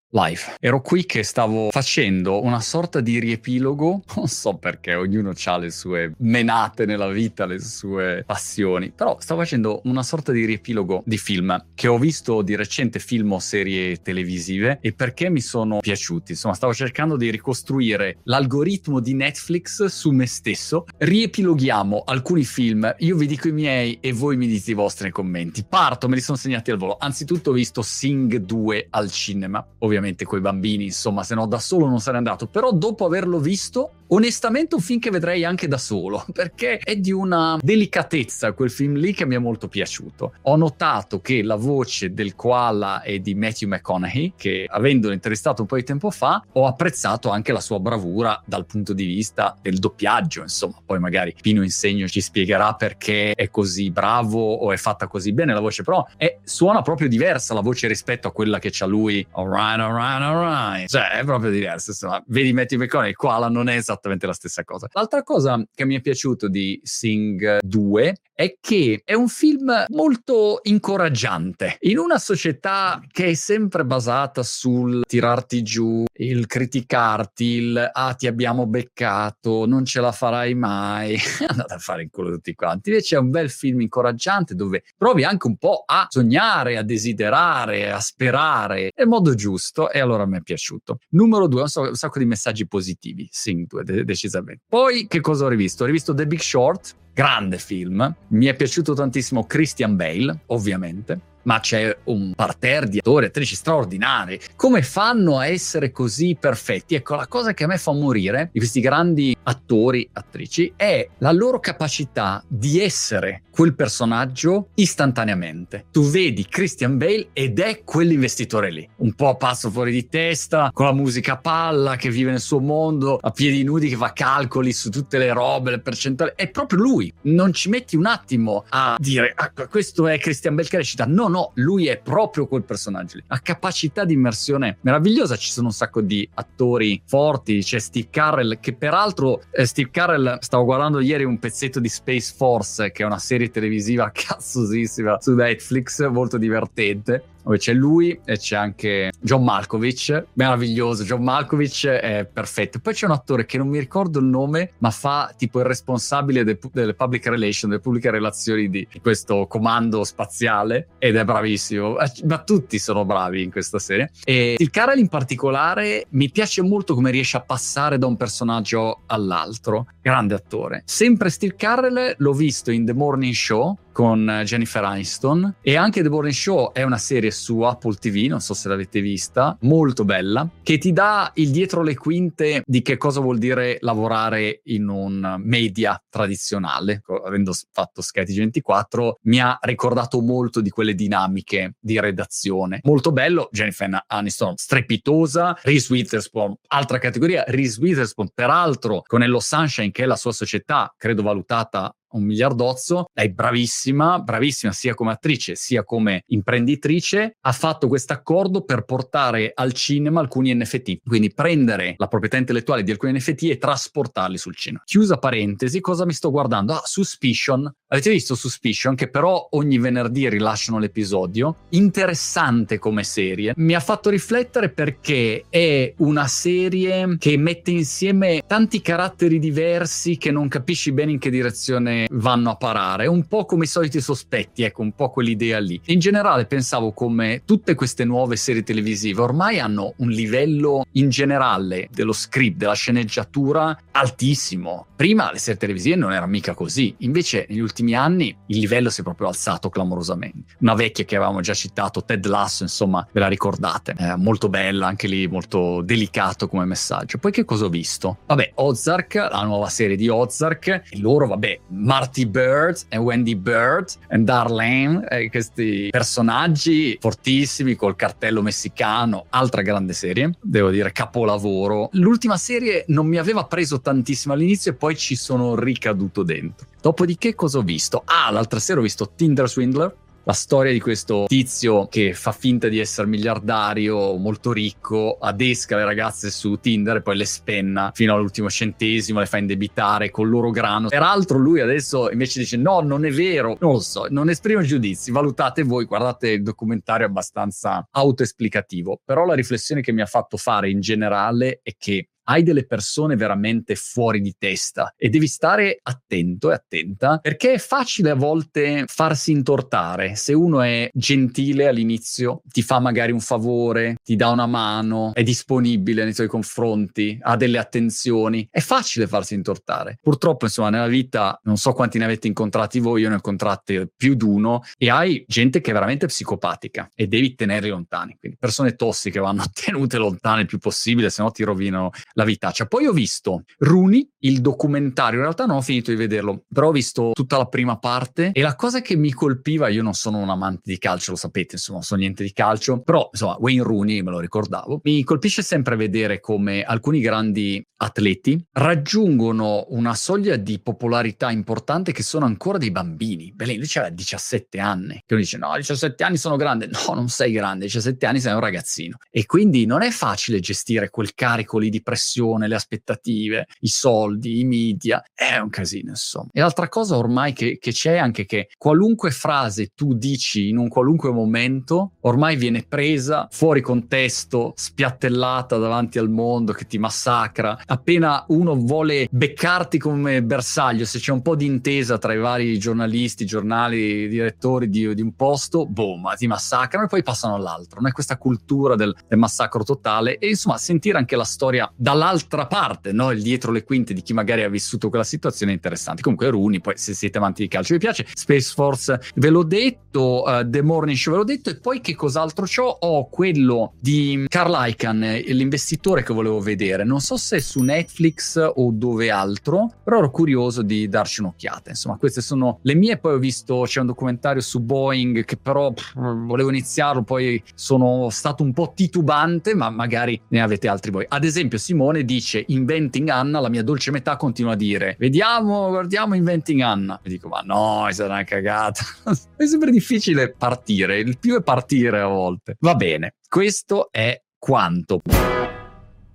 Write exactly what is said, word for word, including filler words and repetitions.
Live. Ero qui che stavo facendo una sorta di riepilogo, non so perché, ognuno ha le sue menate nella vita, le sue passioni, però stavo facendo una sorta di riepilogo di film che ho visto di recente, film o serie televisive, e perché mi sono piaciuti. Insomma, stavo cercando di ricostruire l'algoritmo di Netflix su me stesso. Riepiloghiamo alcuni film, io vi dico i miei e voi mi dite i vostri nei commenti. Parto, me li sono segnati al volo. Anzitutto ho visto Sing due al cinema, ovviamente coi bambini, insomma, se no da solo non sarei andato, però dopo averlo visto, onestamente un film che vedrei anche da solo, perché è di una delicatezza quel film lì che mi è molto piaciuto. Ho notato che la voce del koala è di Matthew McConaughey, che avendolo intervistato un po' di tempo fa, ho apprezzato anche la sua bravura dal punto di vista del doppiaggio, insomma. Poi magari Pino Insegno ci spiegherà perché è così bravo o è fatta così bene la voce, però è, suona proprio diversa la voce rispetto a quella che c'ha lui. Alright, alright, alright. Cioè è proprio diversa, insomma. Vedi Matthew McConaughey, il koala non è esattamente la stessa cosa. L'altra cosa che mi è piaciuto di Sing due è che è un film molto incoraggiante in una società che è sempre basata sul tirarti giù, il criticarti, il ah ti abbiamo beccato, non ce la farai mai, andate a fare in culo tutti quanti. Invece è un bel film incoraggiante dove provi anche un po' a sognare, a desiderare, a sperare nel modo giusto, e allora mi è piaciuto. Numero due, un, so, un sacco di messaggi positivi, Sing due, de- decisamente. Poi che cosa ho rivisto? Ho rivisto The Big Short, grande film, mi è piaciuto tantissimo Christian Bale, ovviamente, ma c'è un parterre di attori e attrici straordinari. Come fanno a essere così perfetti? Ecco, la cosa che a me fa morire di questi grandi attori, attrici, è la loro capacità di essere quel personaggio istantaneamente. Tu vedi Christian Bale ed è quell'investitore lì, un po' a passo fuori di testa, con la musica a palla, che vive nel suo mondo, a piedi nudi, che fa calcoli su tutte le robe, le percentuali. È proprio lui. Non ci metti un attimo a dire ah, questo è Christian Bale che recita. No, no, lui è proprio quel personaggio lì. Ha capacità di immersione meravigliosa. Ci sono un sacco di attori forti. C'è Steve Carell, che peraltro eh, Steve Carell, stavo guardando ieri un pezzetto di Space Force, che è una serie televisiva cazzosissima su Netflix, molto divertente, dove c'è lui e c'è anche John Malkovich, meraviglioso. John Malkovich è perfetto. Poi c'è un attore che non mi ricordo il nome, ma fa tipo il responsabile de, delle public relations, delle pubbliche relazioni di questo comando spaziale, ed è bravissimo. Ma tutti sono bravi in questa serie. E il Carell in particolare mi piace molto come riesce a passare da un personaggio all'altro. Grande attore. Sempre Steve Carell l'ho visto in The Morning Show con Jennifer Aniston, e anche The Morning Show è una serie su Apple T V, non so se l'avete vista, molto bella, che ti dà il dietro le quinte di che cosa vuol dire lavorare in un media tradizionale. Avendo fatto Sky T G ventiquattro mi ha ricordato molto di quelle dinamiche di redazione. Molto bello. Jennifer Aniston strepitosa, Reese Witherspoon altra categoria. Reese Witherspoon peraltro con Hello Sunshine, che è la sua società, credo valutata un miliardozzo, è bravissima, bravissima sia come attrice sia come imprenditrice. Ha fatto questo accordo per portare al cinema alcuni N F T, quindi prendere la proprietà intellettuale di alcuni N F T e trasportarli sul cinema. Chiusa parentesi, cosa mi sto guardando? Ah, Suspicion. Avete visto Suspicion? Che però ogni venerdì rilasciano l'episodio. Interessante come serie, mi ha fatto riflettere perché è una serie che mette insieme tanti caratteri diversi che non capisci bene in che direzione vanno a parare, un po' come i soliti sospetti, ecco, un po' quell'idea lì. In generale pensavo come tutte queste nuove serie televisive ormai hanno un livello in generale dello script, della sceneggiatura altissimo. Prima le serie televisive non era mica così, invece negli ultimi anni il livello si è proprio alzato clamorosamente. Una vecchia che avevamo già citato, Ted Lasso, insomma, ve la ricordate? Eh, molto bella, anche lì molto delicato come messaggio. Poi che cosa ho visto? Vabbè, Ozark, la nuova serie di Ozark, e loro, vabbè, Marty Bird e Wendy Bird e Darlene, eh, questi personaggi fortissimi col cartello messicano, altra grande serie, devo dire capolavoro. L'ultima serie non mi aveva preso tantissimo all'inizio e poi ci sono ricaduto dentro. Dopodiché cosa ho visto? Ah, l'altra sera ho visto Tinder Swindler, la storia di questo tizio che fa finta di essere miliardario, molto ricco, adesca le ragazze su Tinder e poi le spenna fino all'ultimo centesimo, le fa indebitare con loro grano. Peraltro lui adesso invece dice no, non è vero, non lo so, non esprimo giudizi, valutate voi, guardate il documentario, è abbastanza autoesplicativo. Però la riflessione che mi ha fatto fare in generale è che hai delle persone veramente fuori di testa e devi stare attento e attenta, perché è facile a volte farsi intortare. Se uno è gentile all'inizio, ti fa magari un favore, ti dà una mano, è disponibile nei tuoi confronti, ha delle attenzioni, è facile farsi intortare. Purtroppo, insomma, nella vita non so quanti ne avete incontrati voi, io ne ho incontrati più d'uno, e hai gente che è veramente psicopatica e devi tenerli lontani. Quindi persone tossiche vanno tenute lontane il più possibile, se no ti rovinano la vitaccia. Poi ho visto Rooney, il documentario, in realtà non ho finito di vederlo, però ho visto tutta la prima parte, e la cosa che mi colpiva, io non sono un amante di calcio, lo sapete, insomma, non so niente di calcio, però insomma Wayne Rooney me lo ricordavo, mi colpisce sempre vedere come alcuni grandi atleti raggiungono una soglia di popolarità importante che sono ancora dei bambini. Beh, lui aveva diciassette anni, che uno dice no, diciassette anni sono grande. No, non sei grande, diciassette anni sei un ragazzino, e quindi non è facile gestire quel carico lì di pressione, le aspettative, i soldi, i media, è un casino, insomma. E l'altra cosa ormai che, che c'è anche che qualunque frase tu dici in un qualunque momento ormai viene presa fuori contesto, spiattellata davanti al mondo che ti massacra. Appena uno vuole beccarti come bersaglio, se c'è un po' di intesa tra i vari giornalisti, giornali, direttori di, di un posto, boom, ti massacrano e poi passano all'altro. Non è questa cultura del, del massacro totale, e insomma sentire anche la storia dall'altra parte, no? Il dietro le quinte di chi magari ha vissuto quella situazione è interessante. Comunque Rooney, poi se siete amanti di calcio vi piace, Space Force ve l'ho detto, uh, The Morning Show ve l'ho detto, e poi che cos'altro c'ho? Ho quello di Carl Icahn, l'investitore, che volevo vedere, non so se è su Netflix o dove altro, però ero curioso di darci un'occhiata. Insomma, queste sono le mie. Poi ho visto, c'è un documentario su Boeing che però pff, volevo iniziarlo, poi sono stato un po' titubante, ma magari ne avete altri voi. Ad esempio Simone dice Inventing Anna, la mia dolce metà continua a dire vediamo, guardiamo Inventing Anna, e dico ma no, sarà una cagata. È sempre difficile partire, il più è partire a volte. Va bene, questo è quanto.